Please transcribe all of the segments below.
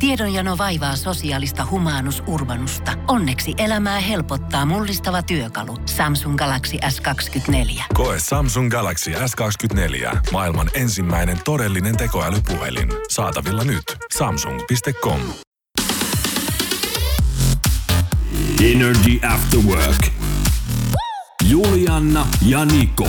Tiedonjano vaivaa sosiaalista humanus urbanusta. Onneksi elämää helpottaa mullistava työkalu. Samsung Galaxy S24. Koe Samsung Galaxy S24. Maailman ensimmäinen todellinen tekoälypuhelin. Saatavilla nyt. Samsung.com. Energy After Work. Julianna ja Niko.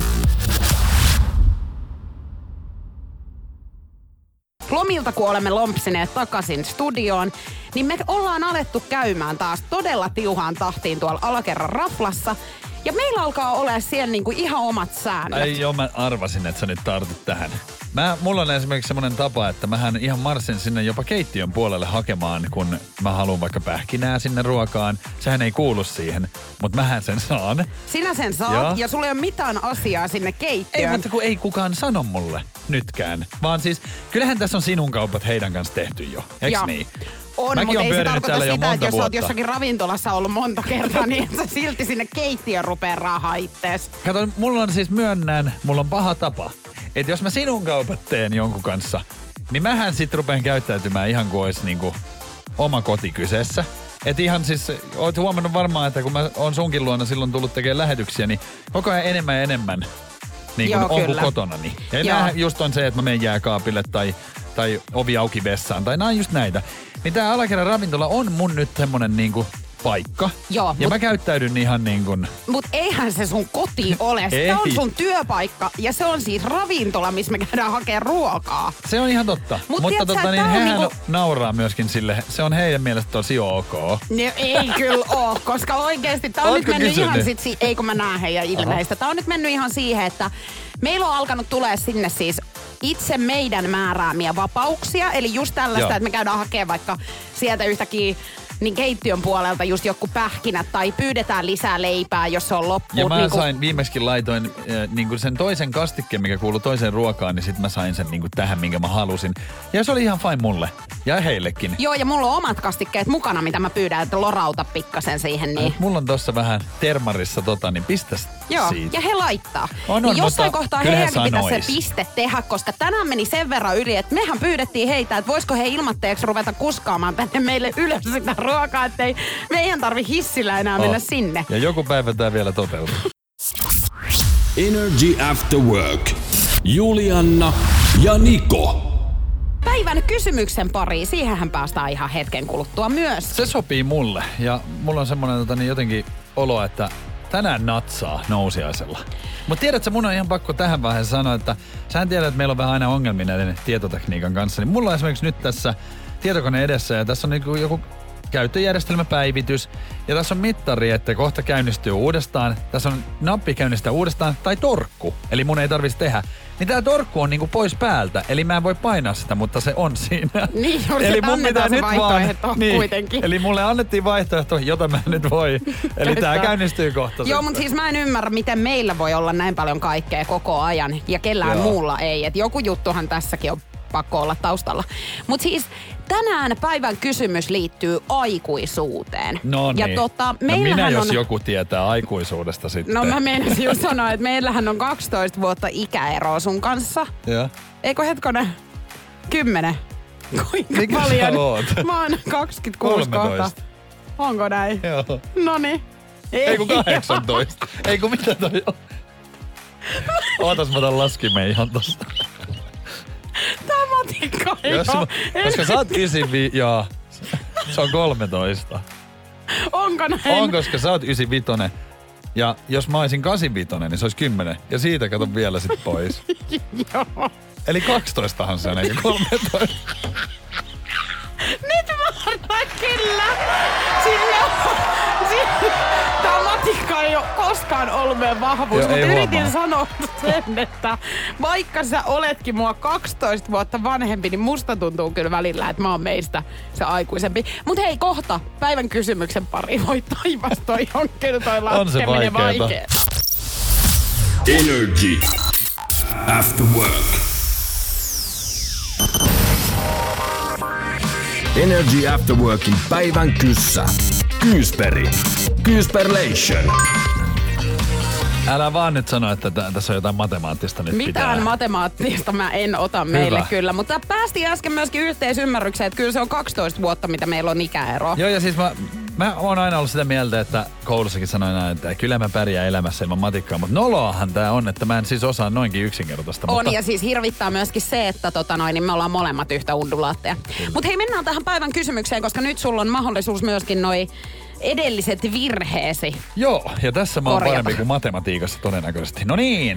Lomilta, kun olemme lompsineet takaisin studioon, niin me ollaan alettu käymään taas todella tiuhaan tahtiin tuolla alakerran raflassa. Ja meillä alkaa olla siellä niinku ihan omat säännöt. Ai joo, mä arvasin, että sä nyt tartut tähän. Mulla on esimerkiksi semmoinen tapa, että mähän ihan marssin sinne jopa keittiön puolelle hakemaan, kun mä haluan vaikka pähkinää sinne ruokaan. Sehän ei kuulu siihen, mutta mähän sen saan. Sinä sen saat ja sulla ei ole mitään asiaa sinne keittiöön. Ei, mutta kun ei kukaan sano mulle nytkään. Vaan siis, kyllähän tässä on sinun kaupat heidän kanssa tehty jo, eiks niin? On, mäkin mutta ei se tarkoita sitä, että jos vuotta. oot jossakin ravintolassa ollut monta kertaa, niin sä silti sinne keittiön rupee raahaa ittees. Kato, mulla on siis mulla on paha tapa. Että jos mä sinun kaupat teen jonkun kanssa, niin mähän sit rupean käyttäytymään ihan kuin olisi niinku oma koti kyseessä. Että ihan siis, oot huomannut varmaan, että kun mä oon sunkin luona silloin tullut tekemään lähetyksiä, niin koko ajan enemmän ja enemmän niin kuin on kuin kotonani. Ja näähän just on se, että mä menen jääkaapille tai ovi auki vessaan, tai nää on just näitä. Niin tää alakerran ravintola on mun nyt semmonen niinku paikka. Joo, ja mä käyttäydyn ihan niin kuin... Mut eihän se sun koti ole. Se on sun työpaikka ja se on siis ravintola, missä me käydään hakemaan ruokaa. Se on ihan totta. Mutta niin hehän niinku... nauraa myöskin sille. Se on heidän mielestä tosi ok. No, ei kyllä oo, koska oikeesti tää on nyt mennyt ihan ei kun mä näen heidän ilmeistä. Tää on nyt mennyt ihan siihen, että meillä on alkanut tulee sinne siis itse meidän määräämiä vapauksia. Eli just tällaista, että me käydään hakemaan vaikka sieltä yhtäkkiä niin keittiön puolelta just joku pähkinät tai pyydetään lisää leipää, jos se on loppuun. Ja mä sain viimeiskin laitoin niin sen toisen kastikkeen, mikä kuului toiseen ruokaan, niin sit mä sain sen niin tähän, minkä mä halusin. Ja se oli ihan fine mulle. Ja heillekin. Joo, ja mulla on omat kastikkeet mukana, mitä mä pyydän, että lorauta pikkasen siihen. Niin... Mulla on tossa vähän termarissa niin pistä siitä. Ja he laittaa. On, niin jossain kohtaa heidänkin pitäisi se sanois. piste tehdä, koska tänään meni sen verran yli, että mehän pyydettiin heitä, että voisiko he ilmatteeksi ruveta kuskaamaan tänne meille ylös sitä ruokaa, ettei meidän tarvi hissillä enää mennä sinne. Ja joku päivä tää vielä toteutuu. Energy After Work. Julianna ja Niko. Päivän kysymyksen pariin, siihenhän päästään ihan hetken kuluttua myös. Se sopii mulle ja mulla on semmoinen jotenkin olo, että tänään natsaa nousiaisella. Mutta tiedätkö, mun on ihan pakko tähän vaiheessa sanoa, että sähän tiedät, että meillä on vähän aina ongelmia näiden tietotekniikan kanssa. Niin mulla on esimerkiksi nyt tässä tietokone edessä ja tässä on niinku joku käyttöjärjestelmäpäivitys. Ja tässä on mittari, että kohta käynnistyy uudestaan. Tässä on nappi käynnistää uudestaan tai torkku. Eli mun ei tarvitsisi tehdä. Niin tää torkku on niinku pois päältä. Eli mä en voi painaa sitä, mutta se on siinä. Niin, eli mun pitää nyt vaihtoehto kuitenkin. Eli mulle annettiin vaihtoehto, jota mä nyt voi. Eli tää käynnistyy kohta. Joo, mutta siis mä en ymmärrä, miten meillä voi olla näin paljon kaikkea koko ajan. Ja kellään muulla ei. Et joku juttuhan tässäkin on pakko olla taustalla. Mutta siis tänään päivän kysymys liittyy aikuisuuteen. No niin. Ja minä jos joku tietää aikuisuudesta sitten. No mä meinasin just sanoa, että meillähän on 12 vuotta ikäeroa sun kanssa. Joo. Eikö hetkonen? 10. Kuinka mikä paljon? Sä oot? Mä oon 26 kohta. Onko näin? Joo. Noniin. Ei kun 18. Ei kun mitä toi on? Ootas mä otan laskimeen ihan tosta. Tää matikka ei ole. Koska sä oot 95, joo. Se on 13. Onko näin? On, koska sä oot 95. Ja jos mä olisin 85, niin se olisi 10. Ja siitä kato vielä sit pois. Joo. Eli 12han se on, eikä 13. Nyt mä arvan kyllä. Tää matikka ei ole koskaan ollut meidän vahvuus, mutta yritin sanoa sen, että vaikka sä oletkin mua 12 vuotta vanhempi, niin musta tuntuu kyllä välillä, että mä oon meistä se aikuisempi. Mut hei, kohta päivän kysymyksen pari. Voi taivas, toi on kyllä toi laskeminen vaikea. Energy After Work. Energy After Workin päivän kyssä. Kyysperi. Kyysperlation. Älä vaan nyt sano, että tässä on jotain matemaattista nyt Mitään matemaattista mä en ota meille kyllä, mutta päästiin äsken myöskin yhteisymmärrykseen, että kyllä se on 12 vuotta, mitä meillä on ikäero. Joo, ja siis mä oon aina ollut sitä mieltä, että koulussakin sanoin aina, että kyllä mä pärjään elämässä ilman matikkaa, mutta noloahan tää on, että mä en siis osaa noinkin yksinkertaista. On, mutta... ja siis hirvittää myöskin se, että niin me ollaan molemmat yhtä undulaatteja. Mutta hei, mennään tähän päivän kysymykseen, koska nyt sulla on mahdollisuus myöskin edelliset virheesi. Joo, ja tässä mä oon korjata. parempi kuin matematiikassa todennäköisesti. No niin.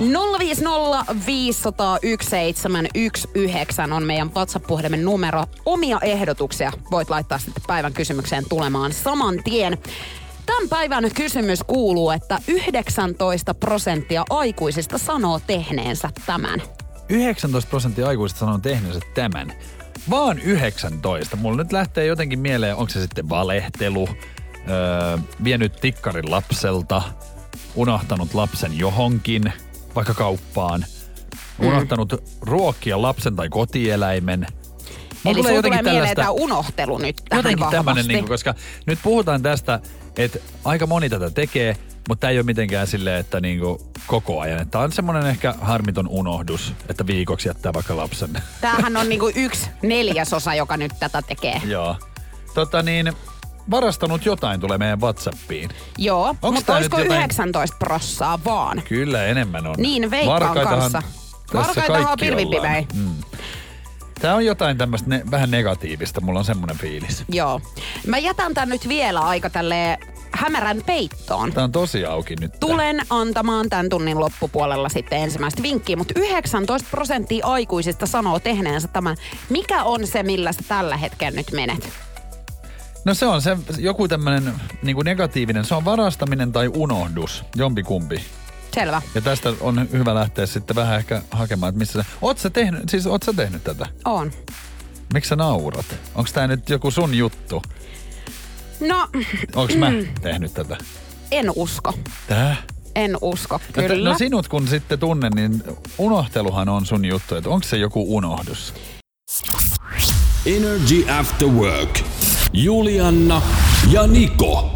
050501719 on meidän WhatsApp-puhelimen numero. Omia ehdotuksia voit laittaa sitten päivän kysymykseen tulemaan saman tien. Tämän päivän kysymys kuuluu, että 19% aikuisista sanoo tehneensä tämän. 19% aikuisista sanoo tehneensä tämän. Vaan 19. Mulla nyt lähtee jotenkin mieleen, onko se sitten valehtelu, vienyt tikkarin lapselta, unohtanut lapsen johonkin, vaikka kauppaan, unohtanut ruokkia lapsen tai kotieläimen. Eli sulla tulee mieleen tämä unohtelu nyt tähän jotenkin vahvasti. tämmöinen, koska nyt puhutaan tästä, että aika moni tätä tekee, mutta tämä ei ole mitenkään silleen, että koko ajan. Tämä on semmoinen ehkä harmiton unohdus, että viikoksi jättää vaikka lapsen. Tämähän on 1/4, joka nyt tätä tekee. Joo. Varastanut jotain tulee meidän WhatsAppiin. Joo, mutta olisiko jotain... 19% vaan? Kyllä enemmän on. Niin, veikkaan kanssa. Varkaitahan on pilvipimei. Tää on jotain tämmöistä vähän negatiivista, mulla on semmoinen fiilis. Joo. Mä jätän tän nyt vielä aika tälleen hämärän peittoon. Tää on tosi auki nyt. Tulen antamaan tämän tunnin loppupuolella sitten ensimmäistä vinkkiä, mutta 19% aikuisista sanoo tehneensä tämän. Mikä on se, millä sä tällä hetkellä nyt menet? No se on se joku tämmönen negatiivinen. Se on varastaminen tai unohdus. Jompikumpi. Selvä. Ja tästä on hyvä lähteä sitten vähän ehkä hakemaan, että missä sä... Oot sä tehnyt tätä? Oon. Miksi sä naurat? Onks tää nyt joku sun juttu? No... Onks mä tehnyt tätä? En usko. Tää? En usko, kyllä. No sinut kun sitten tunnen, niin unohteluhan on sun juttu. Että onko se joku unohdus? Energy After Work. Julianna ja Niko.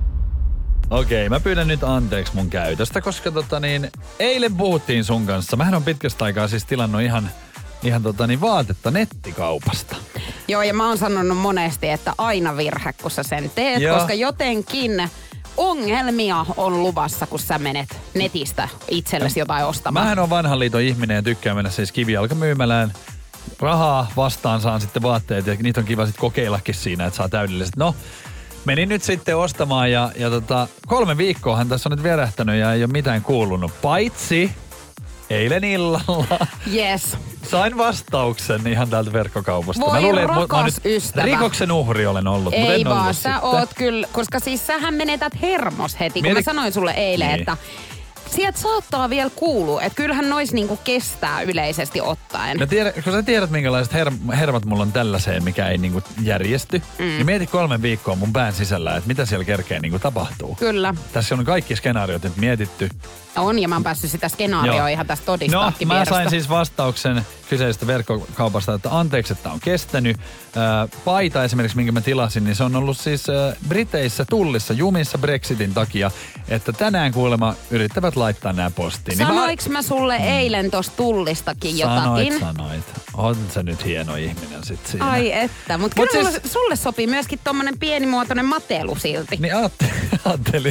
Okei, mä pyydän nyt anteeksi mun käytöstä, koska eilen puhuttiin sun kanssa. Mähän on pitkästä aikaa siis tilannut ihan vaatetta nettikaupasta. Joo, ja mä oon sanonut monesti, että aina virhe, kun sä sen teet, koska jotenkin ongelmia on luvassa, kun sä menet netistä itsellesi jotain ostamaan. Mähän on vanhan liiton ihminen ja tykkään mennä siis kivijalkamyymälään. Rahaa vastaan saan sitten vaatteet ja niitä on kiva sitten kokeillakin siinä, että saa täydelliset. No, menin nyt sitten ostamaan ja 3 viikkoahan tässä on nyt vierähtänyt ja ei ole mitään kuulunut. Paitsi eilen illalla. Yes. Sain vastauksen ihan täältä verkkokaupasta. Voi mä luulen, rakas että mä ystävä. Rikoksen uhri olen ollut, mutta ei en vaan, ollut sä sitten. oot kyllä, koska siis sähän menetät hermos heti, kun mä sanoin sulle eilen, niin. että sieltä saattaa vielä kuulua, että kyllähän nois kestää yleisesti ottaen. No kun sä tiedät, minkälaiset hermat mulla on tällaiseen, mikä ei järjesty, niin mieti 3 viikkoa mun pään sisällä, että mitä siellä kerkeä tapahtuu. Kyllä. Tässä on kaikki skenaariot nyt mietitty. On, ja mä oon päässyt sitä skenaarioa ihan tästä todistaakin mä sain siis vastauksen kyseisestä verkkokaupasta, että anteeksi, että on kestänyt. Paita esimerkiksi, minkä mä tilasin, niin se on ollut siis Briteissä tullissa jumissa Brexitin takia, että tänään kuulemma yrittävät laittaa nämä postiin. Sanoinko mä sulle eilen tosta tullistakin jotakin? Sanoit. On se nyt hieno ihminen sit siinä. Ai että, mutta kyllä siis, sulle sopii myöskin tommonen pienimuotoinen matelu silti. Niin ajattelin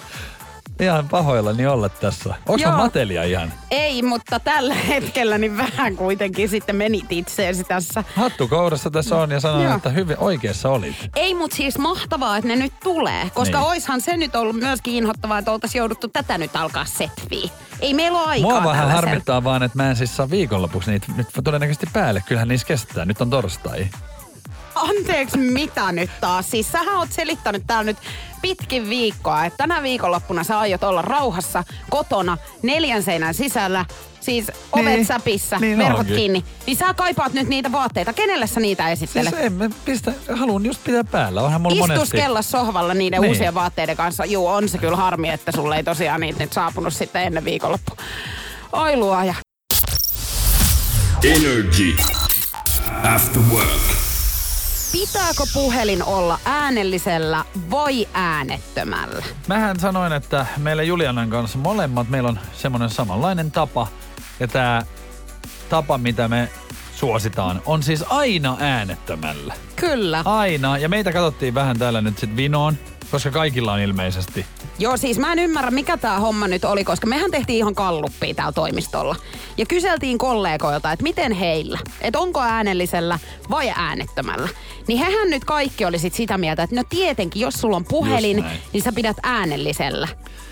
ihan pahoillani olla tässä. Onko mä matelia ihan? Ei, mutta tällä hetkellä niin vähän kuitenkin sitten menit itseesi tässä. Hattu kourassa tässä on ja sanon, että hyvin oikeassa olit. Ei, mutta siis mahtavaa, että ne nyt tulee. Koska oishan se nyt ollut myöskin inhottavaa, että oltaisiin jouduttu tätä nyt alkaa setviä. Ei meillä ole aikaa. Mua vähän harmittaa vaan, että mä en siis saa viikonlopuksi niitä nyt todennäköisesti päälle. Kyllähän niissä kestää. Nyt on torstai. Anteeksi, mitä nyt taas? Siis sähän oot selittänyt täällä nyt pitkin viikkoa, että tänä viikonloppuna sä aiot olla rauhassa kotona 4 seinän sisällä, siis ovet säpissä, verhot kiinni. Niin sä kaipaat nyt niitä vaatteita. Kenelle sä niitä esittelet? Siis haluan just pitää päällä. Onhan mulla monesti. Istuskella sohvalla niiden uusien vaatteiden kanssa. Juu, on se kyllä harmi, että sulle ei tosiaan niitä nyt saapunut sitten ennen viikonloppua. Oi luoja. Energy After Work. pitääkö puhelin olla äänellisellä vai äänettömällä? Mähän sanoin, että meillä Julianan kanssa molemmat, meillä on semmoinen samanlainen tapa. Ja tää tapa, mitä me suositaan, on siis aina äänettömällä. Kyllä. Aina. Ja meitä katsottiin vähän täällä nyt sit vinoon, koska kaikilla on ilmeisesti. Joo, siis mä en ymmärrä, mikä tää homma nyt oli, koska mehän tehtiin ihan galluppia täällä toimistolla. Ja kyseltiin kollegoilta, että miten heillä, että onko äänellisellä vai äänettömällä. Niin hehän nyt kaikki oli sit sitä mieltä, että no tietenkin, jos sulla on puhelin, niin sä pidät äänellisellä.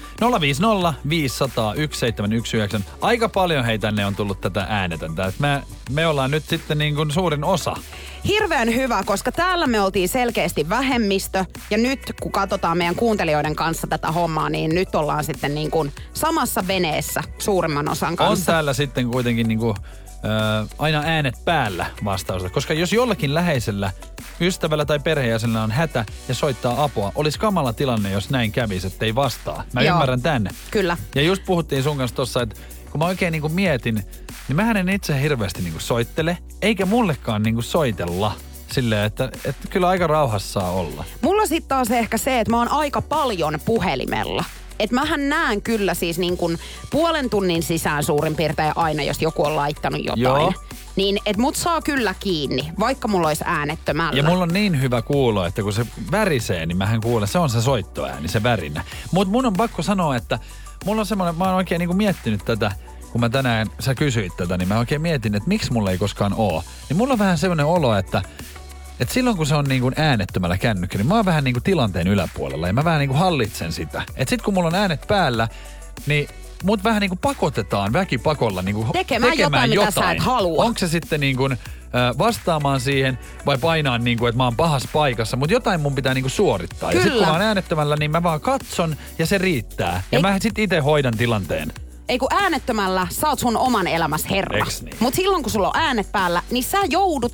050 500 1719. Aika paljon hei tänne on tullut tätä äänetöntä. Me ollaan nyt sitten niin kuin suurin osa. Hirveän hyvä, koska täällä me oltiin selkeästi vähemmistö. Ja nyt kun katsotaan meidän kuuntelijoiden kanssa tätä hommaa, niin nyt ollaan sitten niin kuin samassa veneessä suurimman osan kanssa. On täällä sitten kuitenkin niin kuin, aina äänet päällä vastausta. Koska jos jollakin läheisellä ystävällä tai perheenjäsenellä on hätä ja soittaa apua, olisi kamala tilanne, jos näin kävisi, ettei vastaa. Mä ymmärrän tänne. Kyllä. Ja just puhuttiin sun kanssa tossa, että kun mä oikein niinku mietin, niin mähän en itse hirveästi niinku soittele, eikä mullekaan niinku soitella. Silleen, että kyllä aika rauhassa saa olla. Mulla sitten taas ehkä se, että mä oon aika paljon puhelimella. Että mähän näen kyllä siis niin kuin puolen tunnin sisään suurin piirtein aina, jos joku on laittanut jotain. Joo. Niin, että mut saa kyllä kiinni, vaikka mulla olisi äänettömällä. Ja mulla on niin hyvä kuulo, että kun se värisee, niin mähän kuulen, se on se soittoääni, se värinä. Mut mun on pakko sanoa, että mulla on semmoinen, mä oon oikein niinku miettinyt tätä, kun mä tänään, sä kysyit tätä, niin mä oikein mietin, että miksi mulla ei koskaan oo. Niin mulla on vähän semmoinen olo, että silloin kun se on niin kuin äänettömällä kännykkä, niin mä oon vähän niin kuin tilanteen yläpuolella ja mä vähän niin kuin hallitsen sitä. Et sit kun mulla on äänet päällä, niin mut vähän niin kuin pakotetaan väkipakolla niin kuin tekemään jotain, mitä sä et halua. Onko se sitten niin kuin vastaamaan siihen vai painaa niin kuin, että mä oon pahassa paikassa, mutta jotain mun pitää niin kuin suorittaa. Kyllä. Ja sit kun mä oon äänettömällä, niin mä vaan katson ja se riittää. Ja mä sit itse hoidan tilanteen. Ei kun äänettömällä sä oot sun oman elämäs herra. Niin? Mut silloin kun sulla on äänet päällä, niin sä joudut,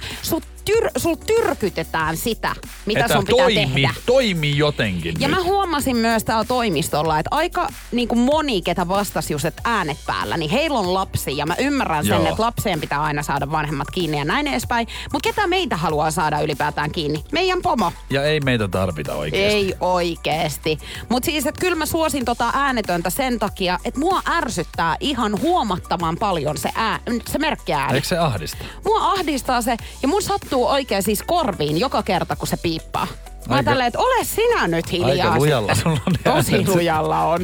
sul tyrkytetään sitä, mitä että sun pitää tehdä. Toimii jotenkin. Ja nyt. mä huomasin myös täällä toimistolla, että aika niin kuin moni, ketä vastasi just, että äänet päällä, niin heillä on lapsi. Ja mä ymmärrän sen, että lapseen pitää aina saada vanhemmat kiinni ja näin edespäin. Mutta ketä meitä haluaa saada ylipäätään kiinni? Meidän pomo. Ja ei meitä tarvita oikeesti. Ei oikeesti. Mutta siis, että kyllä mä suosin äänetöntä sen takia, että mua ärsyttää ihan huomattavan paljon se merkkiääni. Eikö se ahdista? Mua ahdistaa se, ja mun sattuu oikein siis korviin joka kerta, kun se piippaa. Mä oon tälleen, että ole sinä nyt hiljaa. Aika lujalla sulla on. Tosi lujalla on.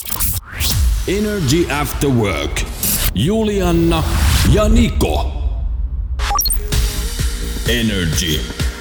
Energy After Work. Julianna ja Niko. Energy.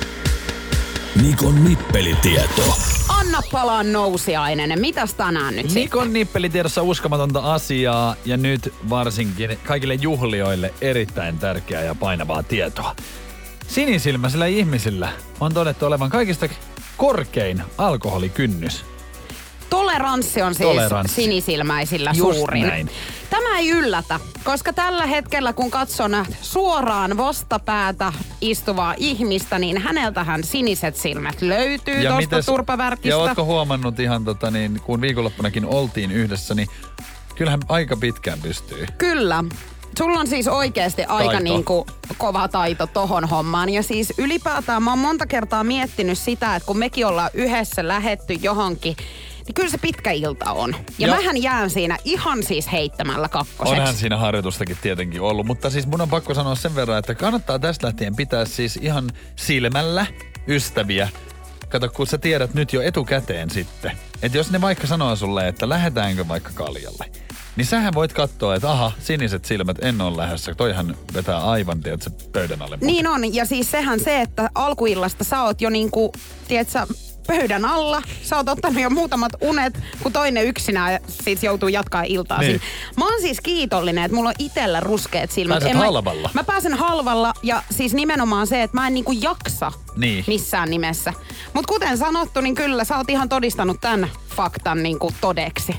Nikon nippelitieto. Anna palaa nousiainen. Mitäs tänään nyt sitten? Nikon nippelitiedossa uskomatonta asiaa ja nyt varsinkin kaikille juhlioille erittäin tärkeää ja painavaa tietoa. Sinisilmäisillä ihmisillä on todettu olevan kaikista korkein alkoholikynnys. Toleranssi on siis sinisilmäisillä just suurin. Näin. Tämä ei yllätä, koska tällä hetkellä kun katson suoraan vastapäätä istuvaa ihmistä, niin häneltähän siniset silmät löytyy tuosta turpavärkistä. Ja ootko huomannut ihan kun viikonloppunakin oltiin yhdessä, niin kyllähän aika pitkään pystyy. Kyllä. Sulla on siis oikeasti aika niinku kova taito tohon hommaan. Ja siis ylipäätään mä oon monta kertaa miettinyt sitä, että kun mekin ollaan yhdessä lähetty johonkin, niin kyllä se pitkä ilta on. Ja mähän jään siinä ihan siis heittämällä kakkoseksi. Onhan siinä harjoitustakin tietenkin ollut, mutta siis mun on pakko sanoa sen verran, että kannattaa tästä lähtien pitää siis ihan silmällä ystäviä. Kato, kun sä tiedät nyt jo etukäteen sitten, että jos ne vaikka sanoo sulle, että lähdetäänkö vaikka kaljalle, niin sähän voit katsoa, että aha, siniset silmät, en ole lähdössä. Toihan vetää aivan, tiedätkö, pöydän alle. Niin on, ja siis sehän se, että alkuillasta sä oot jo niinku, tiedätkö, pöydän alla. Sä oot ottanut jo muutamat unet, kun toinen yksinään siis joutuu jatkaa iltaa. Niin. Mä oon siis kiitollinen, että mulla on itsellä ruskeat silmät. Pääset halvalla. Mä pääsen halvalla ja siis nimenomaan se, että mä en niinku jaksa missään nimessä. Mut kuten sanottu, niin kyllä sä oot ihan todistanut tämän faktan niinku todeksi.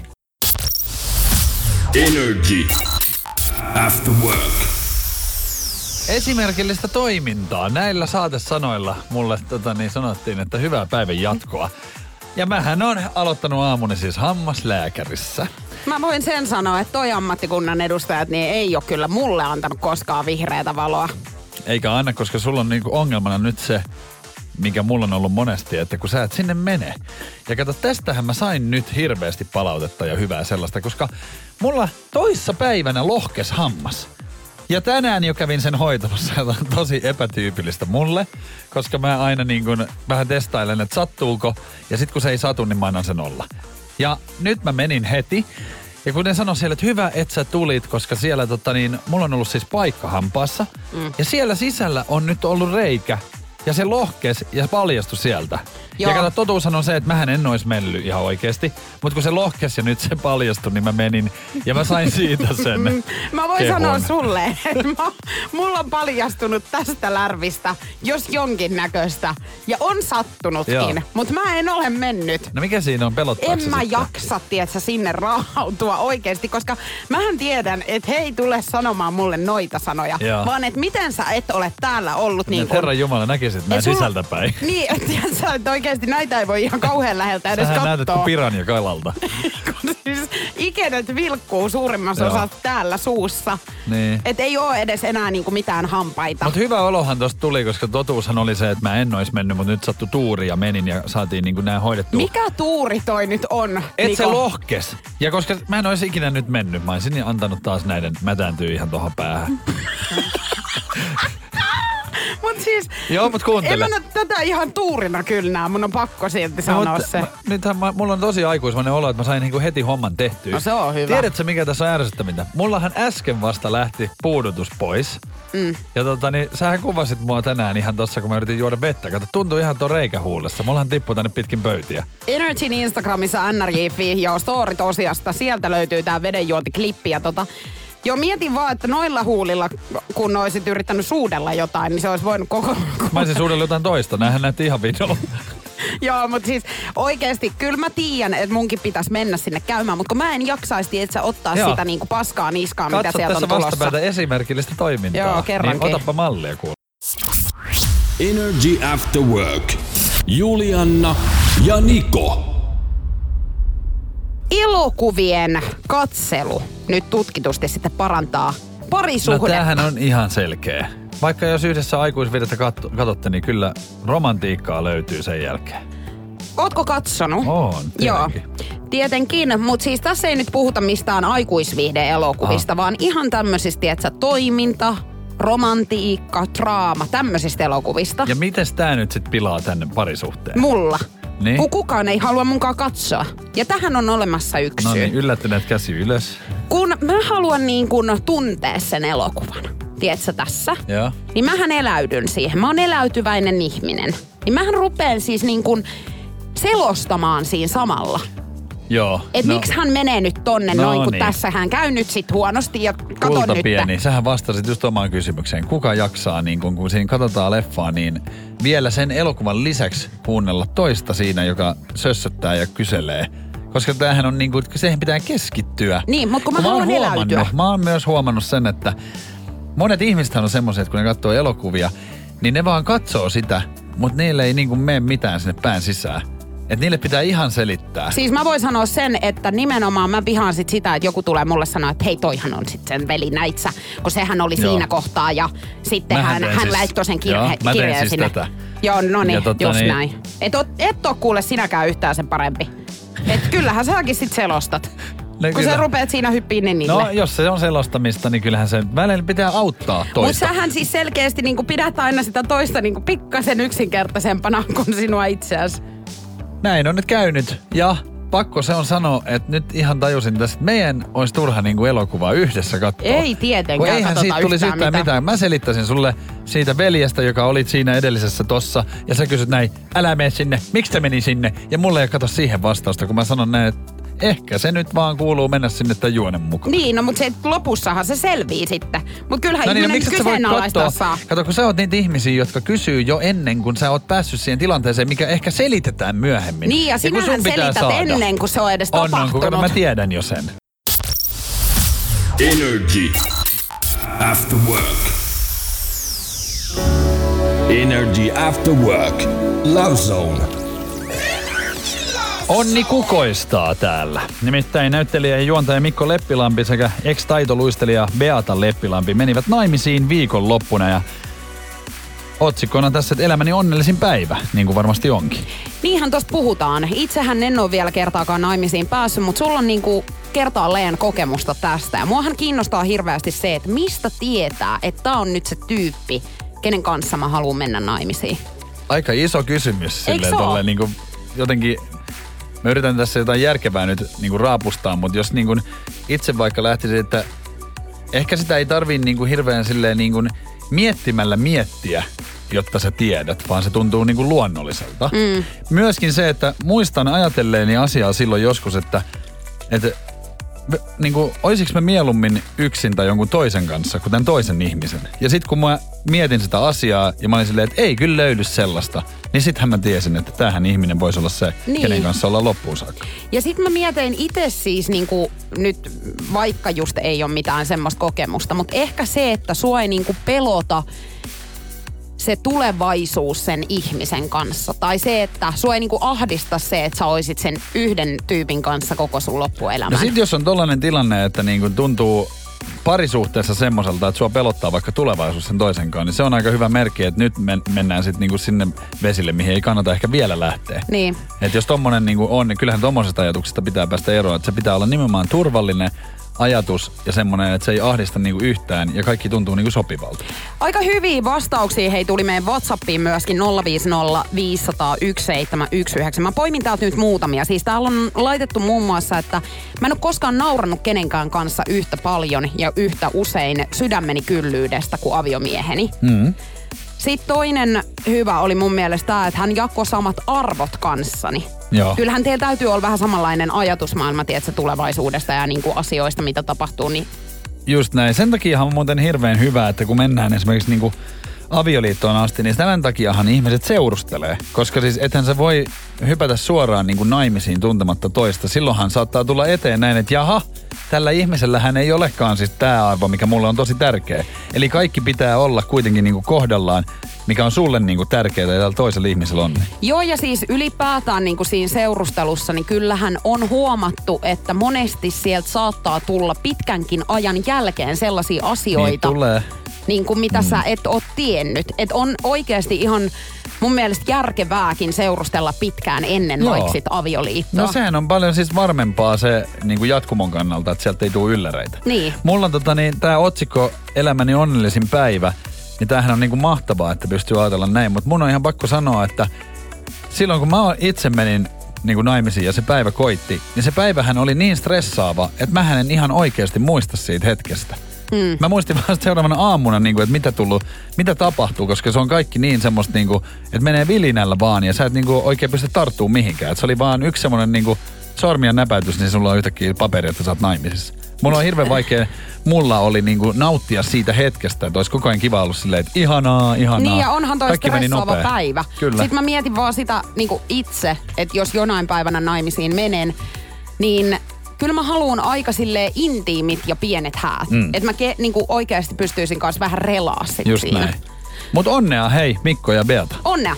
Energy After Work. Esimerkillistä toimintaa. Näillä saatesanoilla mulle sanottiin, että hyvää päivän jatkoa. Ja mähän on aloittanut aamuni siis hammaslääkärissä. Mä voin sen sanoa, että toi ammattikunnan edustajat niin ei ole kyllä mulle antanut koskaan vihreätä valoa. Eikä anna, koska sulla on niinku ongelmana nyt se, mikä mulla on ollut monesti, että kun sä et sinne mene. Ja kato, tästähän mä sain nyt hirveästi palautetta ja hyvää sellaista, koska mulla toissa päivänä lohkes hammas. Ja tänään jo kävin sen hoitolussa, joka on tosi epätyypillistä mulle, koska mä aina niin kuin vähän testailen, että sattuuko. Ja sit kun se ei satu, niin mä annan sen olla. Ja nyt mä menin heti. Ja kun ne sanoi siellä, että hyvä, että sä tulit, koska siellä mulla on ollut siis paikka hampaassa. Ja siellä sisällä on nyt ollut reikä. Ja se lohkes ja paljastui sieltä. Joo. Ja kato, totuushan on se, että mähän en ois mennyt ihan oikeesti. Mutta kun se lohkes ja nyt se paljastui, niin mä menin ja mä sain siitä sen Mä voin sanoa sulle, että mulla on paljastunut tästä lärvistä, jos jonkin näköistä. Ja on sattunutkin, mutta mä en ole mennyt. No mikä siinä on, pelottaako En mä jaksa, tietsä, sinne raahautua oikeesti, koska mähän tiedän, että he ei tule sanomaan mulle noita sanoja. Joo. Vaan että miten sä et ole täällä ollut niin kuin... Herran Jumala, näkisit näin sisältäpäin. Niin, että oikeesti näitä ei voi ihan kauhean läheltä edes kattoo. Sähän näytät kuin piranja kalalta. Siis ikenet vilkkuu suurimmassa osassa täällä suussa. Niin. Et ei oo edes enää niinku mitään hampaita. Mut hyvä olohan tosta tuli, koska totuushan oli se, että mä en ois mennyt, mutta nyt sattui tuuri ja menin ja saatiin niinku nää hoidettua. Mikä tuuri toi nyt on? Et se lohkes. Ja koska mä en ois ikinä nyt mennyt, mä olisin antanut taas näiden mätääntyä ihan tohon päähän. Mut siis... Joo, mut kuuntele. En mä tätä ihan tuurina kyllä nää. Mun on pakko silti sanoa se. Nythän mulla on tosi aikuisvainen olo, että mä sain niinku heti homman tehtyä. No se on hyvä. Tiedätkö mikä tässä on ärsyttävintä? Mullahan äsken vasta lähti puudutus pois. Ja sähän kuvasit mua tänään ihan tossa, kun mä yritin juoda vettä. Kato, tuntuu ihan ton reikä huulessa. Mullahan tippuu tänne pitkin pöytiä. Energyn Instagramissa NRJ.fi, joo, story tosiasta. Sieltä löytyy tää vedenjuontiklippi ja Joo, mietin vaan, että noilla huulilla, kun olisit yrittänyt suudella jotain, niin se olisi voinut koko... Mä olisin suudella jotain toista. Näinhän näytti ihan videolla. Joo, mutta siis oikeesti, kyllä mä tiedän, että munkin pitäisi mennä sinne käymään, mutta kun mä en jaksaisi, että sä ottaa sitä niinku paskaa niskaa, mitä sieltä on tulossa. Katso tässä vastapäätä esimerkillistä toimintaa. Joo, kerrankin. Niin otappa mallia kuule. Energy After Work. Julianna ja Niko. Elokuvien katselu nyt tutkitusti sitten parantaa parisuhdetta. No tämähän on ihan selkeä. Vaikka jos yhdessä aikuisvideosta katsotte, niin kyllä romantiikkaa löytyy sen jälkeen. Ootko katsonut? Oon, tietenkin. Joo, tietenkin. Mutta siis tässä ei nyt puhuta mistään aikuisviihde-elokuvista, vaan ihan tämmöisistä, että toiminta, romantiikka, draama, tämmöisistä elokuvista. Ja mites tää nyt sit pilaa tänne parisuhteen? Mulla. Niin? Kun kukaan ei halua munkaan katsoa. Ja tähän on olemassa yksi syy. No niin, yllättyneet käsi ylös. Kun mä haluan niin kun tuntea sen elokuvan, tiedätkö tässä? Joo. Niin mähän eläydyn siihen. Mä oon eläytyväinen ihminen. Niin mähän rupeen siis niin kun selostamaan siinä samalla. Joo. Miksi hän menee nyt tonne noin, kun tässä hän käy nyt sit huonosti ja kato Kulta nyt. pieni, sähän vastasit just omaan kysymykseen. Kuka jaksaa, niin kun siinä katsotaan leffaa, niin vielä sen elokuvan lisäksi kuunnella toista siinä, joka sössöttää ja kyselee. Koska tämähän on niin kuin, siihen pitää keskittyä. Niin, mutta kun mä haluan eläytyä. Mä oon myös huomannut sen, että monet ihmiset on semmoiset, kun ne katsoo elokuvia, niin ne vaan katsoo sitä, mutta niille ei niin kuin mene mitään sinne pään sisään. Että niille pitää ihan selittää. Siis mä voin sanoa sen, että nimenomaan mä vihaan sit sitä, että joku tulee mulle sanoa, että hei, toihan on sit sen veli näitsä, kun sehän oli siinä kohtaa ja sitten hän laittoi sen kirjeen siis sinne. Tätä. Joo, no niin, just näin. Et oo kuule sinäkään yhtään sen parempi. Et kyllähän säkin sit selostat. No, kun sä rupeat siinä hyppiin niille. No, jos se on selostamista, niin kyllähän se välillä pitää auttaa toista. Mutta sähän siis selkeästi niinku pidät aina sitä toista niinku pikkasen yksinkertaisempana kuin sinua itseäsi. Näin on nyt käynyt. Ja pakko se on sanoa, että nyt ihan tajusin tässä, että meidän olisi turha niinku elokuvaa yhdessä katsoa. Ei tietenkään eihän siitä tulisi yhtään mitään. Mä selittäisin sulle siitä veljestä, joka olit siinä edellisessä tossa. Ja sä kysyt näin, älä mene sinne, miksi te meni sinne? Ja mulle ei kato siihen vastausta, kun mä sanon näin, että ehkä se nyt vaan kuuluu mennä sinne tämän juonen mukaan. Niin, no mutta se lopussahan se selvii sitten. Mutta kyllähän ihminen kyseenalaistaa saa. Kato, kun sä oot niitä ihmisiä, jotka kysyy jo ennen kuin sä oot päässyt siihen tilanteeseen, mikä ehkä selitetään myöhemmin. Niin, ja sinähän selität ennen kuin se on edes tapahtunut. Kun mä tiedän jo sen. Energy After Work. Energy After Work. Love Zone. Onni kukoistaa täällä. Nimittäin näyttelijä ja juontaja Mikko Leppilampi sekä ex-taitoluistelija Beata Leppilampi menivät naimisiin viikonloppuna. Ja otsikkona tässä, että elämäni onnellisin päivä, niin kuin varmasti onkin. Niinhän tosta puhutaan. Itsehän en ole vielä kertaakaan naimisiin päässyt, mutta sulla on niinku kertaalleen kokemusta tästä. Ja muahan kiinnostaa hirveästi se, että mistä tietää, että tää on nyt se tyyppi, kenen kanssa mä haluan mennä naimisiin. Aika iso kysymys. Silleen tolleen niinku jotenkin, mä yritän tässä jotain järkevää nyt niinku raapustaa, mutta jos niinku itse vaikka lähtisi, että ehkä sitä ei tarvii niinku hirveän silleen niinku miettimällä miettiä, jotta sä tiedät, vaan se tuntuu niinku luonnolliselta. Myöskin se, että muistan ajatelleeni asiaa silloin joskus, että niinku, oisiks mä mieluummin yksin tai jonkun toisen kanssa kuin tämän toisen ihmisen. Ja sit kun mä mietin sitä asiaa ja mä olin silleen, että ei kyllä löydy sellaista, niin sittenhän mä tiesin, että tämähän ihminen voisi olla se, kenen kanssa olla loppuun saakka. Ja sit mä mietin itse siis niinku, nyt vaikka just ei ole mitään semmoista kokemusta, mutta ehkä se, että sua ei niinku pelota se tulevaisuus sen ihmisen kanssa. Tai se, että sua ei niinku ahdista se, että sä oisit sen yhden tyypin kanssa koko sun loppuelämän. No sit jos on tollainen tilanne, että niinku tuntuu parisuhteessa semmoiselta, että sua pelottaa vaikka tulevaisuus sen toisen kanssa, niin se on aika hyvä merkki, että nyt mennään sitten niinku sinne vesille, mihin ei kannata ehkä vielä lähteä. Niin. Että jos tommonen niinku on, niin kyllähän tommosesta ajatuksesta pitää päästä eroon, että se pitää olla nimenomaan turvallinen ajatus ja semmoinen, että se ei ahdista niinku yhtään ja kaikki tuntuu niinku sopivalta. Aika hyviä vastauksia hei tuli meidän WhatsAppiin myöskin 050 500 1719. Mä poimin täältä nyt muutamia. Siis täällä on laitettu muun muassa, että mä en ole koskaan naurannut kenenkään kanssa yhtä paljon ja yhtä usein sydämeni kyllyydestä kuin aviomieheni. Sitten toinen hyvä oli mun mielestä tämä, että hän jakoi samat arvot kanssani. Joo. Kyllähän teillä täytyy olla vähän samanlainen ajatusmaailma, tiedätkö, tulevaisuudesta ja niinku asioista, mitä tapahtuu. Niin... Just näin. Sen takiahan on muuten hirveän hyvä, että kun mennään esimerkiksi niinku avioliittoon asti, niin tämän takiahan ihmiset seurustelee. Koska siis ethän se voi hypätä suoraan niinku naimisiin tuntematta toista. Silloinhan saattaa tulla eteen näin, että jaha, tällä ihmisellähän ei olekaan siis tämä arvo, mikä mulle on tosi tärkeä. Eli kaikki pitää olla kuitenkin niinku kohdallaan, mikä on sulle niinku tärkeää ja tällä toisella ihmisellä on. Joo, ja siis ylipäätään niinku siinä seurustelussa, niin kyllähän on huomattu, että monesti sieltä saattaa tulla pitkänkin ajan jälkeen sellaisia asioita. Niin tulee. Niin kuin mitä sä et ole tiennyt. Että on oikeasti ihan mun mielestä järkevääkin seurustella pitkään ennen vaikka sit avioliittoa. No sehän on paljon siis varmempaa se niin kuin jatkumon kannalta, että sieltä ei tule ylläreitä. Niin. Mulla on tää otsikko Elämäni onnellisin päivä, niin tämähän on niin kuin mahtavaa, että pystyy ajatella näin. Mutta mun on ihan pakko sanoa, että silloin kun mä itse menin niin kuin naimisiin ja se päivä koitti, niin se päivähän oli niin stressaava, että mähän en ihan oikeasti muista siitä hetkestä. Mä muistin vaan seuraavana aamuna, että mitä tapahtuu, koska se on kaikki niin semmoista, että menee vilinällä vaan ja sä et oikein pysty tarttumaan mihinkään. Et se oli vaan yksi semmoinen sormien näpäytys, niin sulla on yhtäkkiä paperi, että sä oot naimisissa. Mulla on hirveän vaikea, mulla oli nauttia siitä hetkestä, että olisi koko ajan kiva ollut silleen, että ihanaa. Niin ja onhan toi stressaava päivä. Kyllä. Sitten mä mietin vaan sitä itse, että jos jonain päivänä naimisiin menen, niin kyllä mä haluan aika silleen intiimit ja pienet häät. Että mä oikeasti pystyisin kanssa vähän relaa sit just siinä. Näin. Mut onnea hei Mikko ja Beata. Onnea.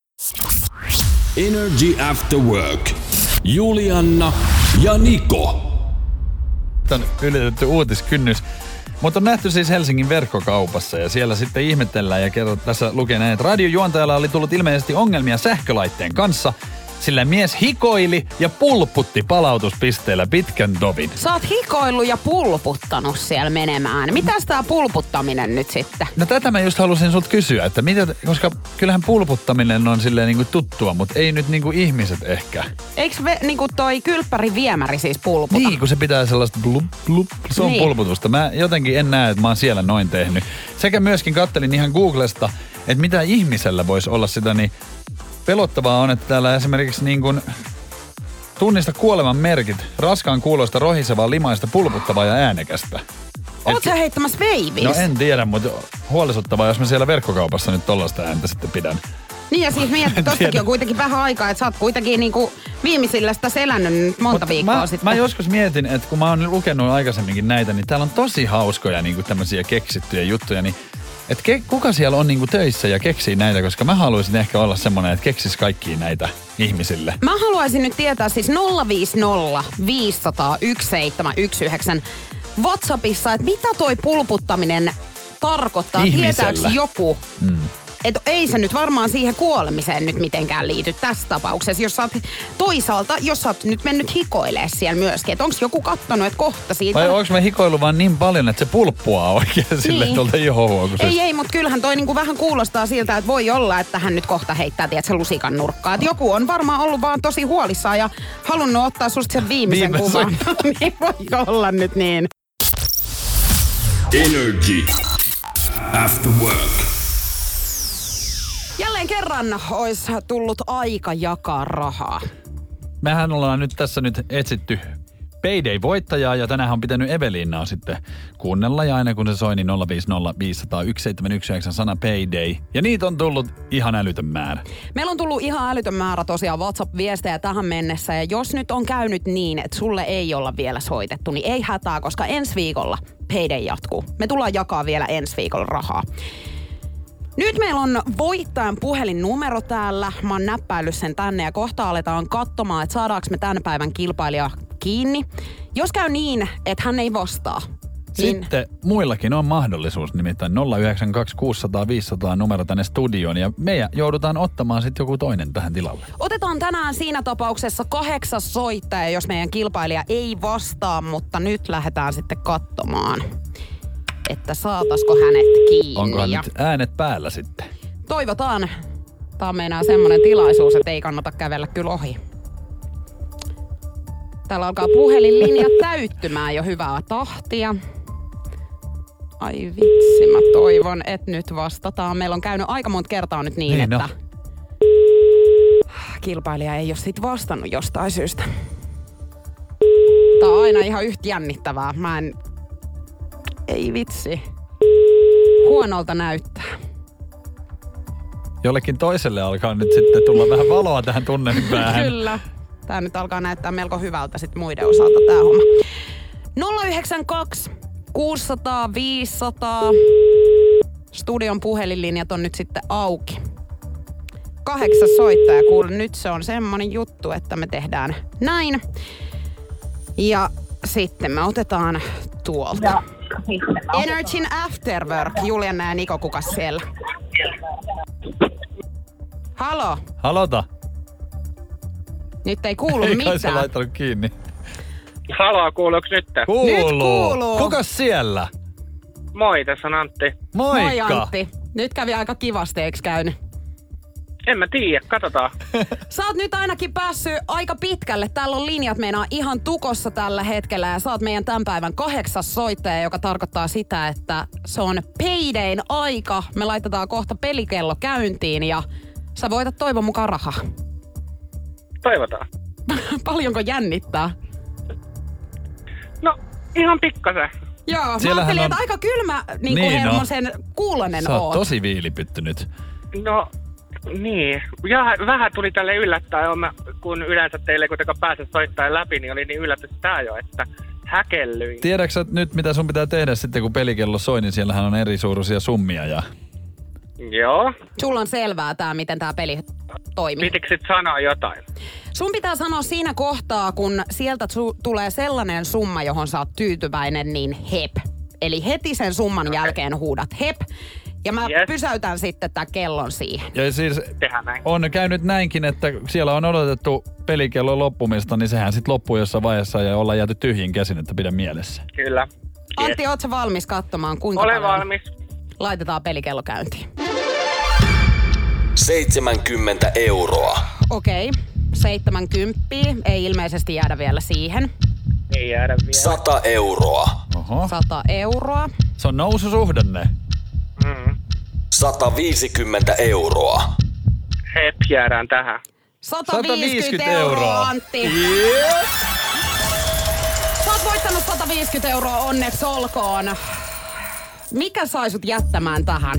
Energy After Work. Julianna ja Niko. On ylitetty uutiskynnys. Mutta on nähty siis Helsingin verkkokaupassa ja siellä sitten ihmetellään ja tässä lukee näin, että radiojuontajalla oli tullut ilmeisesti ongelmia sähkölaitteen kanssa, sillä mies hikoili ja pulputti palautuspisteellä pitkän dovin. Sä oot hikoillut ja pulputtanut siellä menemään. Mitäs tää pulputtaminen nyt sitten? No tätä mä just halusin sulta kysyä, että koska kyllähän pulputtaminen on silleen tuttua, mutta ei nyt ihmiset ehkä. Eiks toi kylppäri viemäri siis pulputa? Niin, kun se pitää sellaista blup, blup, se on pulputusta. Mä jotenkin en näe, että mä oon siellä noin tehnyt. Sekä myöskin kattelin ihan Googlesta, että mitä ihmisellä voisi olla sitä, niin pelottavaa on, että täällä esimerkiksi tunnista kuoleman merkit, raskaan kuuloista, rohisevaa, limaista, pulputtavaa ja äänekästä. Oot sä heittämässä veivis? No en tiedä, mutta huolestuttavaa, jos mä siellä verkkokaupassa nyt tollaista ääntä sitten pidän. Niin ja siis mietit, tostakin on kuitenkin vähän aikaa, että sä oot kuitenkin viimeisillä sitä selännyt nyt monta viikkoa sitten. Mä joskus mietin, että kun mä oon lukenut aikaisemminkin näitä, niin täällä on tosi hauskoja tämmöisiä keksittyjä juttuja, niin että kuka siellä on töissä ja keksii näitä, koska mä haluaisin ehkä olla semmoinen, että keksis kaikkia näitä ihmisille. Mä haluaisin nyt tietää siis 050 500 1719 WhatsAppissa, että mitä toi pulputtaminen tarkoittaa. Ihmisellä. Tietääks joku, Et ei se nyt varmaan siihen kuolemiseen nyt mitenkään liity tässä tapauksessa. Jos sä oot nyt mennyt hikoilemaan siellä myöskin. Että onko joku kattonut, että kohta siitä... Vai onko me hikoillut vaan niin paljon, että se pulppua oikein silleen tuolta ihoa? Ei, mutta kyllähän toi niinku vähän kuulostaa siltä, että voi olla, että hän nyt kohta heittää, tiedät, se lusikan nurkkaan. Että joku on varmaan ollut vaan tosi huolissaan ja halunnut ottaa susta sen viimeisen kuvan. Niin voi olla nyt niin. Energy After Work. Jälleen kerran olisi tullut aika jakaa rahaa. Mehän ollaan nyt tässä etsitty Payday-voittajaa ja tänään on pitänyt Eveliinaa sitten kuunnella ja aina kun se soi niin 050501719 sana Payday. Ja niitä on tullut ihan älytön määrä. Meillä on tullut ihan älytön määrä tosiaan WhatsApp-viestejä tähän mennessä ja jos nyt on käynyt niin, että sulle ei olla vielä soitettu, niin ei hätää, koska ensi viikolla Payday jatkuu. Me tullaan jakaa vielä ensi viikolla rahaa. Nyt meillä on voittajan puhelinnumero täällä. Mä oon näppäillyt sen tänne ja kohta aletaan katsomaan, että saadaanko me tämän päivän kilpailija kiinni. Jos käy niin, että hän ei vastaa. Sitten muillakin on mahdollisuus, nimittäin 092 600 500 numero tänne studioon ja me joudutaan ottamaan sitten joku toinen tähän tilalle. Otetaan tänään siinä tapauksessa 8 soittaja, jos meidän kilpailija ei vastaa, mutta nyt lähdetään sitten katsomaan, että saataisiko hänet kiinni. Onkohan nyt äänet päällä sitten? Toivotaan. Tää on meinaa semmonen tilaisuus, että ei kannata kävellä kyllä ohi. Täällä alkaa puhelinlinja täyttymään jo hyvää tahtia. Ai vitsi, mä toivon, että nyt vastataan. Meillä on käynyt aika monta kertaa nyt niin että kilpailija ei ole sit vastannut jostain syystä. Tää on aina ihan yhtä jännittävää. Ei vitsi. Huonolta näyttää. Jollekin toiselle alkaa nyt sitten tulla vähän valoa tähän tunnelipäähän. Kyllä. Tää nyt alkaa näyttää melko hyvältä sit muiden osalta tää homma. 092 600 500. Studion puhelinlinjat on nyt sitten auki. 8 soittaja. Kuule, nyt se on semmonen juttu, että me tehdään näin. Ja sitten me otetaan tuolta. Energyn After Work. Juliana ja Niko, kukas siellä? Halo? Halota. Nyt ei kuulu mitään. Ei kai se laittanut kiinni. Halo, kuuluuko nyt? Kuuluu. Nyt kuuluu. Kukas siellä? Moi, tässä on Antti. Moikka. Moi Antti. Nyt kävi aika kivasti, eiks käynyt? En mä tiedä, katsotaan. Sä oot nyt ainakin päässyt aika pitkälle. Täällä on linjat meinaa ihan tukossa tällä hetkellä ja sä oot meidän tämän päivän 8. soittaja, joka tarkoittaa sitä, että se on Paydayn aika. Me laitetaan kohta pelikello käyntiin ja sä voitat toivon mukaan rahaa. Toivotaan. Paljonko jännittää? No, ihan pikkasen. Joo, Siellähän mä ajattelin, on... että aika kylmä hermosen kuulonen Sä oot oot. tosi viilipytty nyt. No, niin. Ja vähän tuli tälle yllättää, kun yleensä teille kuitenkaan pääse soittamaan läpi, niin oli niin yllätys tää jo, että häkellyin. Tiedätkö nyt, mitä sun pitää tehdä sitten, kun pelikello soi, niin siellähän on eri suuruisia summia ja... Joo. Sulla on selvää tää, miten tää peli toimii. Pitikö sit sanoa jotain? Sun pitää sanoa siinä kohtaa, kun sieltä tulee sellainen summa, johon sä oot tyytyväinen, niin hep. Eli heti sen summan jälkeen huudat hep. Ja mä pysäytän sitten tää kellon siihen. Ja siis on käynyt näinkin, että siellä on odotettu pelikellon loppumista, niin sehän sitten loppuu jossain vaiheessa ja ollaan jääty tyhjin käsin, että pidä mielessä. Kyllä. Yes. Antti, oot sä valmis katsomaan, kuinka Olen paljon valmis. laitetaan pelikello käyntiin? 70 €. Okei. 70. Ei ilmeisesti jäädä vielä siihen. Ei jäädä vielä. 100 €. Oho. 100 €. Se on noususuhdanne. 150 €. Hep, jäädään tähän. 150 € Antti. Yeah. Sä oot voittanut 150 €, onneksi olkoon. Mikä sai sut jättämään tähän?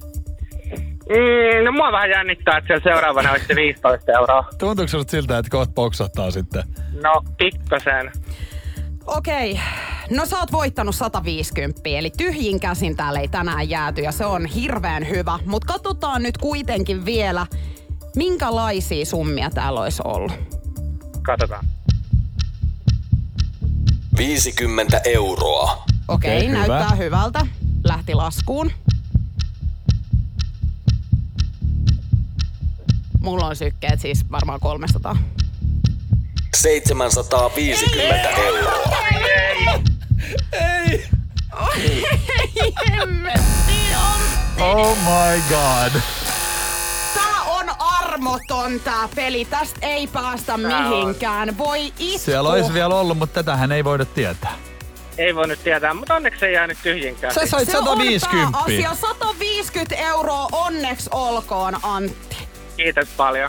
No mua vähän jännittää, että siellä seuraavana olisi se 15 €. Tuntuuko susta siltä, että kohta poksahtaa sitten? No, pikkasen. Okei. No sä oot voittanut 150, eli tyhjin käsin täällä ei tänään jääty ja se on hirveän hyvä. Mut katsotaan nyt kuitenkin vielä, minkälaisia summia täällä olisi ollut. Katsotaan. 50 €. Okei, Okei, hyvä. näyttää hyvältä. Lähti laskuun. Mulla on sykkeet siis varmaan 300. 750 euroa. Ei! Hemmetti on. Oh my god. Tää on armoton tää peli. Tästä ei päästä mihinkään. Voi itku. Siellä olisi vielä ollut, mutta tätähän ei voida tietää. Ei voi nyt tietää, mutta onneksi ei jäänyt tyhjinkään. Sä sait Se on 150. pääasia. 150 euroa, onneksi olkoon, Antti. Kiitos paljon.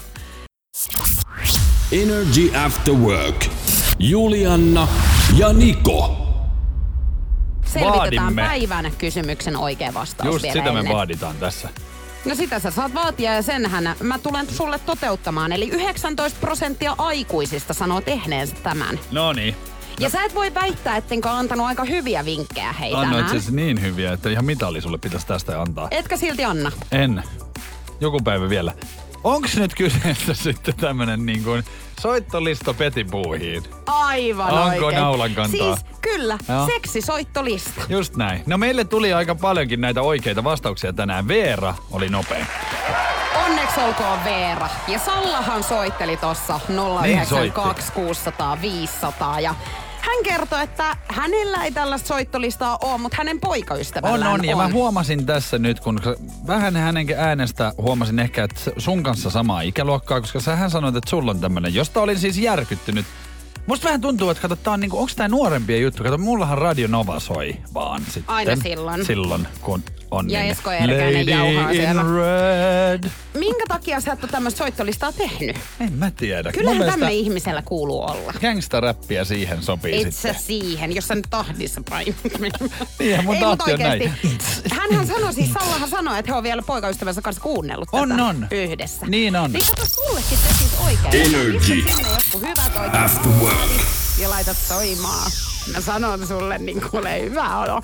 Energy After Work. Julianna ja Niko. Selvitetään Vaadimme. päivän kysymyksen oikea vastaus Just vielä sitä me ennen. vaaditaan tässä. No sitä sä saat vaatia ja senhän mä tulen sulle toteuttamaan. Eli 19% aikuisista sanoo tehneensä tämän. No niin. Ja sä et voi väittää, ettenkö antanut aika hyviä vinkkejä hei Annoit tänään. siis niin hyviä, että ihan mitali sulle pitäisi tästä antaa. Etkä silti anna. En. Joku päivä vielä. Onks nyt kyseessä sitten tämmönen niin kuin soittolisto petipuuhiin? Aivan Onko oikein. naulan kantaa? Siis kyllä, Joo. seksisoittolista. Just näin. No meille tuli aika paljonkin näitä oikeita vastauksia tänään. Veera oli nopea. Onneksi olkoon Veera. Ja Sallahan soitteli tossa 092 600 500 ja hän kertoi, että hänellä ei tällaista soittolistaa ole, mutta hänen poikaystävällään on. Ja mä huomasin tässä nyt, kun vähän hänen äänestä huomasin ehkä, että sun kanssa samaa ikäluokkaa, koska sähän sanoit, että sulla on tämmönen, josta olin siis järkyttynyt. Musta vähän tuntuu, että kato, tää on niinku, onks tää nuorempia juttu? Kato, mullahan Radio Nova soi vaan sitten. Aina silloin. Silloin, kun on Ja niin. Esko Erkäinen jauhaa Lady siellä. in red. Minkä takia sä et ole tämmöistä soittolistaa tehnyt? En mä tiedä. Kyllähän Mun tämmöinen mielestä ihmisellä kuuluu olla. gangsta-räppiä siihen sopii Et sitten. sä siihen, jos sä nyt tahdissa painat. Niin, mun Ei, tahti mut on näin. Hänhän sanoi siis, Sallahan sanoi, että he on vielä poikaystävänsä kanssa kuunnellut tätä On. yhdessä. Niin on. Niin kato, sullekin tekis oikein. Energy. Pistä sinne joku hyvät oikein. After work. Ja laitat soimaan. Mä sanon sulle, niin kuule hyvä olo.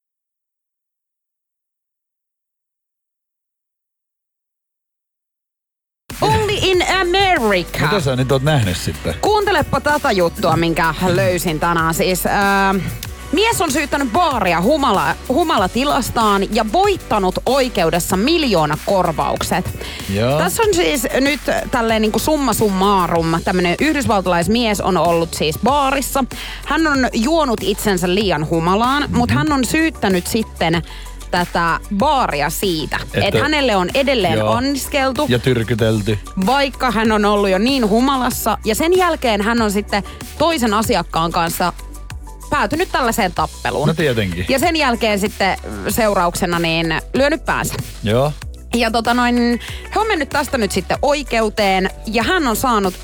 Only in America. Mitä sä nyt oot nähnyt sitten? Kuuntelepa tätä juttua, minkä löysin tänään. Siis, mies on syyttänyt baaria humalatilastaan ja voittanut oikeudessa miljoonakorvaukset. Joo. Tässä on siis nyt tälleen niin kuin summa summarum. Tämmönen yhdysvaltalaismies on ollut siis baarissa. Hän on juonut itsensä liian humalaan, mutta hän on syyttänyt sitten tätä baaria siitä, että hänelle on edelleen anniskeltu. Ja tyrkytelty. Vaikka hän on ollut jo niin humalassa. Ja sen jälkeen hän on sitten toisen asiakkaan kanssa päätynyt tällaiseen tappeluun. No tietenkin. Ja sen jälkeen sitten seurauksena niin lyönyt päänsä. Joo. Ja he on mennyt tästä nyt sitten oikeuteen ja hän on saanut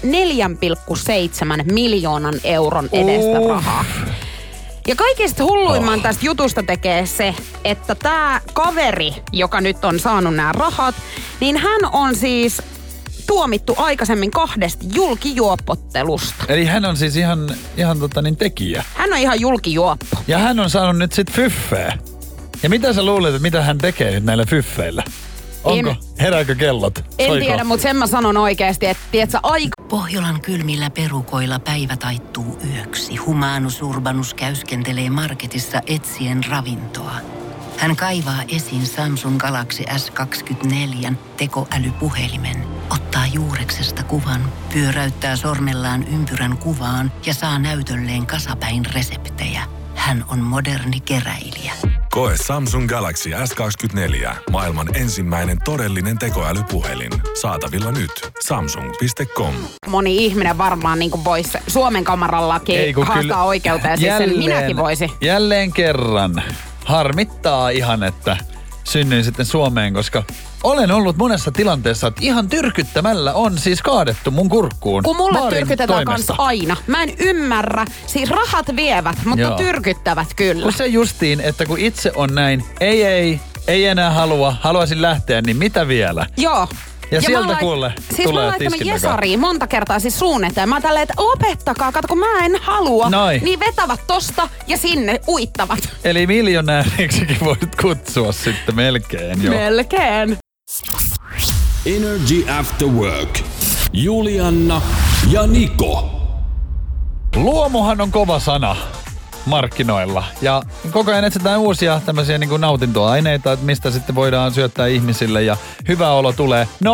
4,7 miljoonan euron edestä rahaa. Ja kaikista hulluimman tästä jutusta tekee se, että tämä kaveri, joka nyt on saanut nämä rahat, niin hän on siis tuomittu aikaisemmin 2 julkijuopottelusta. Eli hän on siis ihan tekijä. Hän on ihan julkijuoppo. Ja hän on saanut nyt sit fyffeä. Ja mitä sä luulet, että mitä hän tekee nyt näillä fyffeillä? Onko? Herääkö kellot? En tiedä, mutta sen mä sanon oikeasti, että tiedätkö, Pohjolan kylmillä perukoilla päivä taittuu yöksi. Humanus Urbanus käyskentelee marketissa etsien ravintoa. Hän kaivaa esiin Samsung Galaxy S24 tekoälypuhelimen, ottaa juureksesta kuvan, pyöräyttää sormellaan ympyrän kuvaan ja saa näytölleen kasapäin reseptejä. Hän on moderni keräilijä. Koe Samsung Galaxy S24. Maailman ensimmäinen todellinen tekoälypuhelin. Saatavilla nyt. Samsung.com. moni ihminen varmaan niin voisi Suomen kamarallakin haastaa oikeuteen. Siis sen minäkin voisi. Jälleen kerran harmittaa ihan, että synnyin sitten Suomeen, koska olen ollut monessa tilanteessa, että ihan tyrkyttämällä on siis kaadettu mun kurkkuun. Kun mulle baarin tyrkytetään toimesta. kanssa aina. Mä en ymmärrä. Siis rahat vievät, mutta Joo. tyrkyttävät kyllä. Kun se justiin, että kun itse on näin, ei enää haluaisin lähteä, niin mitä vielä? Joo. Ja sieltä mä kuule siis tulee mä laittanut tiskin takaa. Jesariin monta kertaa siis suun eteen. Mä tälleen, että lopettakaa, kato kun mä en halua. Noin. Niin vetävät tosta ja sinne uittavat. Eli miljonääriksikin voit kutsua sitten melkein jo. Melkein. Energy After Work. Julianna ja Niko. Luomuhan on kova sana markkinoilla. Ja koko ajan etsitään uusia tämmöisiä niin kuin nautintoaineita, että mistä sitten voidaan syöttää ihmisille ja hyvä olo tulee. No,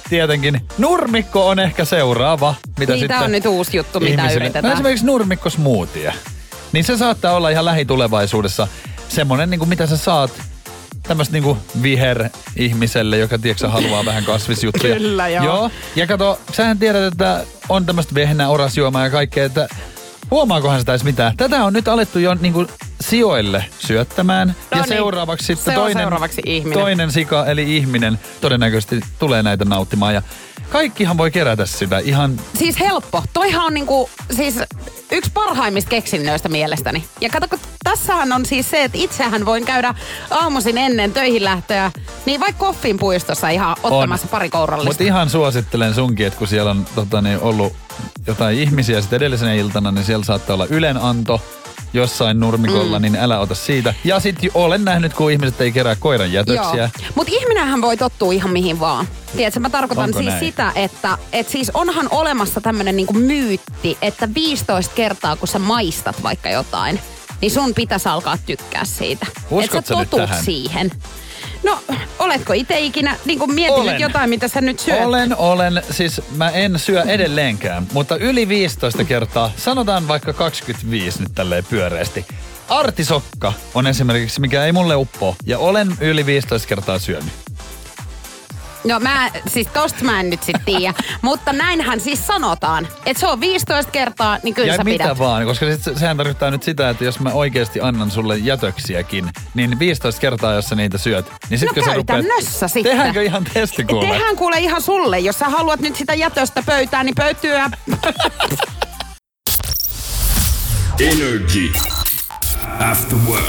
tietenkin nurmikko on ehkä seuraava. Mitä Niin, tää on nyt uusi juttu, mitä ihmisille. yritetään. No esimerkiksi nurmikko smoothie. Niin se saattaa olla ihan lähitulevaisuudessa semmonen, niin kuin mitä sä saat tämmöistä niinku viher-ihmiselle, joka tiedätkö haluaa vähän kasvisjuttuja. Kyllä, joo. Ja kato, sähän tiedät, että on tämmöistä vehnää, orasjuomaa ja kaikkea, että huomaakohan sitä edes mitään. Tätä on nyt alettu jo niinku sijoille syöttämään. No ja niin. seuraavaksi sitten Se on seuraavaksi ihminen. toinen sika, eli ihminen, todennäköisesti tulee näitä nauttimaan. Ja kaikkihan voi kerätä sitä ihan... Siis helppo. Toihan on niinku, siis yksi parhaimmista keksinnöistä mielestäni. Ja kato, kun tässähän on siis se, että itsehän voin käydä aamuisin ennen töihin lähtöä, niin vaikka Koffin puistossa ihan ottamassa pari kourallista. Mutta ihan suosittelen sunkin, että kun siellä on ollut jotain ihmisiä sitten edellisenä iltana, niin siellä saattaa olla ylenanto jossain nurmikolla, niin älä ota siitä. Ja sitten olen nähnyt, kun ihmiset ei kerää koiran jätöksiä. Joo. Mutta ihminenhän voi tottua ihan mihin vaan. Tiedätkö, mä tarkoitan Onko siis näin? sitä, että siis onhan olemassa tämmönen niinku myytti, että 15 kertaa kun sä maistat vaikka jotain, niin sun pitäisi alkaa tykkää siitä. Uskotko että sä nyt totut tähän? siihen. No, oletko itse ikinä niinku miettinyt Olen. jotain, mitä sä nyt syöt? Olen. Siis mä en syö edelleenkään, mutta yli 15 kertaa, sanotaan vaikka 25 nyt tälleen pyöreästi. Artisokka on esimerkiksi, mikä ei mulle uppoa, ja olen yli 15 kertaa syönyt. No siis tosta mä en nyt sit tiedä, mutta näinhän siis sanotaan, että se on 15 kertaa, niin kyllä Ja sä mitä pidät. vaan, koska sehän tarkoittaa nyt sitä, että jos mä oikeasti annan sulle jätöksiäkin, niin 15 kertaa, jos sä niitä syöt, niin sit No kun sä rupeat... käytännössä sitten. Tehdäänkö ihan testi kuule? Tehdään kuule ihan sulle. Jos sä haluat nyt sitä jätöstä pöytään, niin pöytyä. Energy After Work.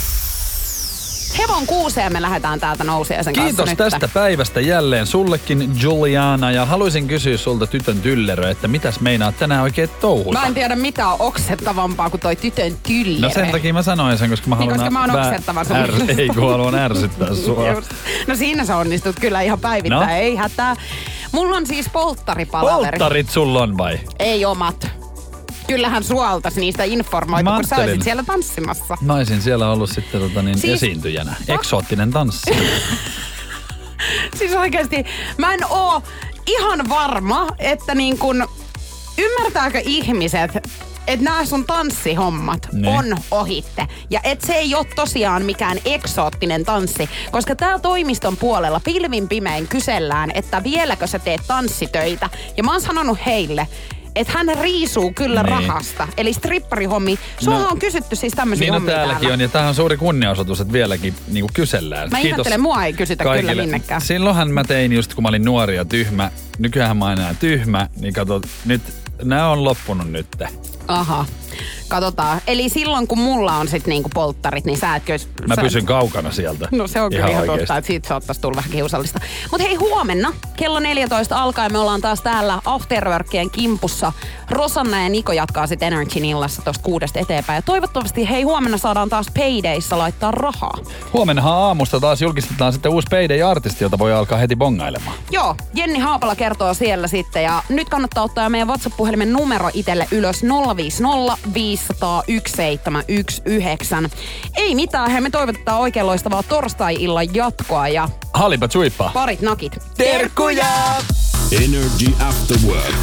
Hevon kuuseen me lähdetään täältä nousiaisen kanssa Kiitos nyt. tästä päivästä jälleen sullekin, Juliana, ja haluaisin kysyä sulta tytön tyllerö, että mitäs meinaat tänään oikein touhuta? Mä en tiedä mitä on oksettavampaa kuin toi tytön tylleri. No sen takia mä sanoin sen, koska mä haluan... koska mä oon oksettava sulle. Ei, kun haluan ärsyttää sua. Just. No siinä sä onnistut kyllä ihan päivittäin, No. ei hätää. Mulla on siis polttaripalaveri. Polttarit sulla on vai? Ei omat. Kyllähän suoltas niistä informoitu, Mä kun sä ajattelin. olisit siellä tanssimassa. Mä olisin siellä ollut sitten Siis- esiintyjänä. Eksoottinen tanssi. Siis oikeesti, mä en oo ihan varma, että niin kun, ymmärtääkö ihmiset, että nämä sun tanssihommat on ohitte. Ja että se ei ole tosiaan mikään eksoottinen tanssi. Koska täällä toimiston puolella pilvin pimein kysellään, että vieläkö sä teet tanssitöitä. Ja mä oon sanonut heille, että hän riisuu kyllä rahasta. Eli stripparihommi. Sua on kysytty siis tämmöisiä Niin hommia täälläkin täällä. on, ja tämähän on suuri kunniaosoitus, että vieläkin niinku kysellään. Mä ihmettelen, mua ei kysytä kaikille. kyllä minnekään. Silloinhan mä tein just, kun mä olin nuori ja tyhmä. Nykyään mä oon enää tyhmä, niin kato, nyt nää on loppunut nyt. Aha. Katsotaan. Eli silloin, kun mulla on sit niinku polttarit, niin sä etkö... Mä pysyn kaukana sieltä. No se on kyllä ihan oikeesti. totta, että siitä saattaisi tulla vähän kiusallista. Mutta hei, huomenna kello 14 alkaen me ollaan taas täällä Afterworkien kimpussa. Rosanna ja Niko jatkaa sitten Energyn illassa tosta 6 eteenpäin. Ja toivottavasti hei, huomenna saadaan taas Paydayssa laittaa rahaa. Huomennahan aamusta taas julkistetaan sitten uusi Payday-artisti, jota voi alkaa heti bongailemaan. Joo, Jenni Haapala kertoo siellä sitten. Ja nyt kannattaa ottaa meidän WhatsApp-puhelimen numero itselle ylös 050 500 1719. Ei mitään, he me toivotetaan oikein loistavaa torstai-illan jatkoa ja Halipa tsuippa. parit nakit. Terkkuja! Energy After Work.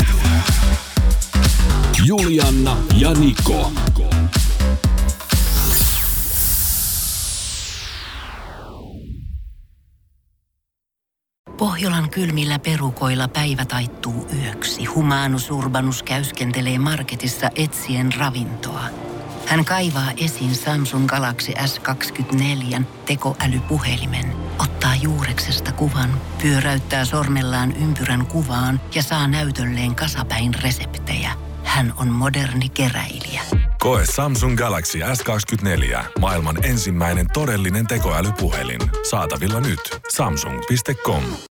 Juliana ja Niko. Pohjolan kylmillä perukoilla päivä taittuu yöksi. Humanus Urbanus käyskentelee marketissa etsien ravintoa. Hän kaivaa esiin Samsung Galaxy S24 tekoälypuhelimen, ottaa juureksesta kuvan, pyöräyttää sormellaan ympyrän kuvaan ja saa näytölleen kasapäin reseptejä. Hän on moderni keräilijä. Koe Samsung Galaxy S24. Maailman ensimmäinen todellinen tekoälypuhelin. Saatavilla nyt. Samsung.com.